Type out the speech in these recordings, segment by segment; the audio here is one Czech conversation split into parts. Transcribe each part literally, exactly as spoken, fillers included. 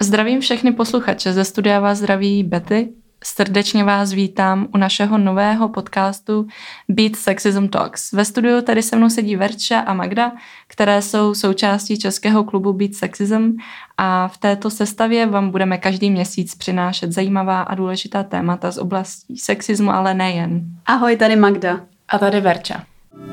Zdravím všechny posluchače, ze studia vás zdraví Betty. Srdečně vás vítám u našeho nového podcastu Beat Sexism Talks. Ve studiu tady se mnou sedí Verča a Magda, které jsou součástí českého klubu Beat Sexism, a v této sestavě vám budeme každý měsíc přinášet zajímavá a důležitá témata z oblastí sexismu, ale nejen. Ahoj, tady Magda. A tady Verča.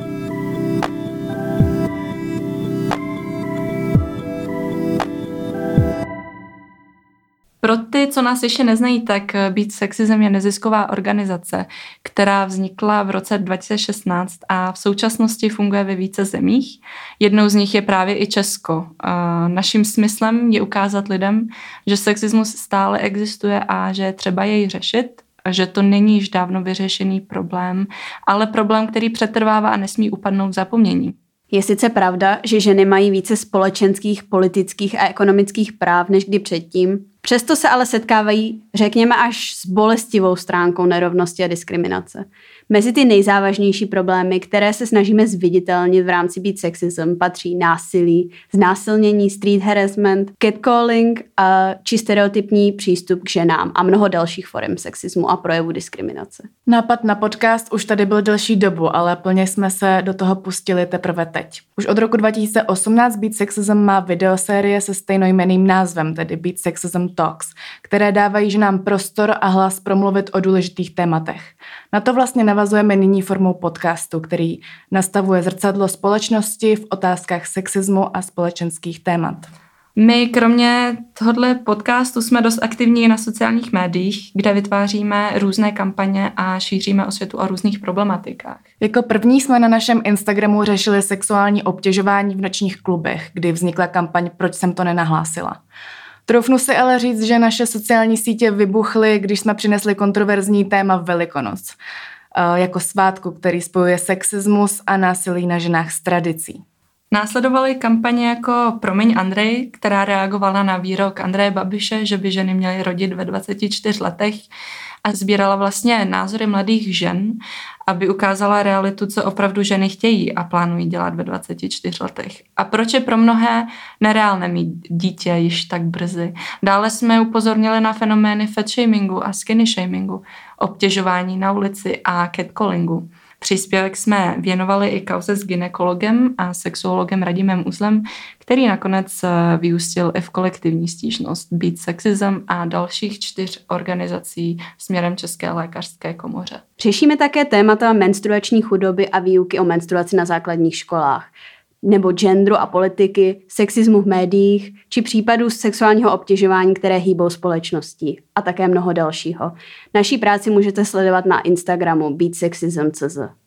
Pro ty, co nás ještě neznají, tak Beat Sexism je nezisková organizace, která vznikla v roce dva tisíce šestnáct a v současnosti funguje ve více zemích. Jednou z nich je právě i Česko. Naším smyslem je ukázat lidem, že sexismus stále existuje a že je třeba jej řešit, že to není již dávno vyřešený problém, ale problém, který přetrvává a nesmí upadnout v zapomnění. Je sice pravda, že ženy mají více společenských, politických a ekonomických práv než kdy předtím, přesto se ale setkávají, řekněme, až s bolestivou stránkou nerovnosti a diskriminace. Mezi ty nejzávažnější problémy, které se snažíme zviditelnit v rámci Beat Sexism, patří násilí, znásilnění, street harassment, catcalling a či stereotypní přístup k ženám a mnoho dalších forem sexismu a projevu diskriminace. Nápad na podcast už tady byl delší dobu, ale plně jsme se do toho pustili teprve teď. Už od roku dva tisíce osmnáct Beat Sexism má videosérie se stejnojmenným názvem, tedy Beat Sexism Talks, které dávají ženám prostor a hlas promluvit o důležitých tématech. Na to vlastně navazujeme nyní formou podcastu, který nastavuje zrcadlo společnosti v otázkách sexismu a společenských témat. My kromě tohoto podcastu jsme dost aktivní na sociálních médiích, kde vytváříme různé kampaně a šíříme osvětu o různých problematikách. Jako první jsme na našem Instagramu řešili sexuální obtěžování v nočních klubech, kdy vznikla kampaň Proč jsem to nenahlásila. Troufnu si ale říct, že naše sociální sítě vybuchly, když jsme přinesli kontroverzní téma Velikonoc, jako svátku, který spojuje sexismus a násilí na ženách s tradicí. Následovaly kampaně jako Promiň Andrej, která reagovala na výrok Andreje Babiše, že by ženy měly rodit ve dvaceti čtyřech letech, a sbírala vlastně názory mladých žen, aby ukázala realitu, co opravdu ženy chtějí a plánují dělat ve dvaceti čtyřech letech. A proč je pro mnohé nereálné mít dítě již tak brzy. Dále jsme upozornili na fenomény fat shamingu a skinny shamingu, obtěžování na ulici a catcallingu. Příspěvek jsme věnovali i kauze s gynekologem a sexuologem Radimem Uzlem, který nakonec vyústil i v kolektivní stížnost Beat Sexism a dalších čtyř organizací směrem České lékařské komoře. Řešíme také témata menstruační chudoby a výuky o menstruaci na základních školách, nebo genderu a politiky, sexismu v médiích, či případů sexuálního obtěžování, které hýbou společností, a také mnoho dalšího. Naší práci můžete sledovat na Instagramu Beat Sexism tečka cé zet.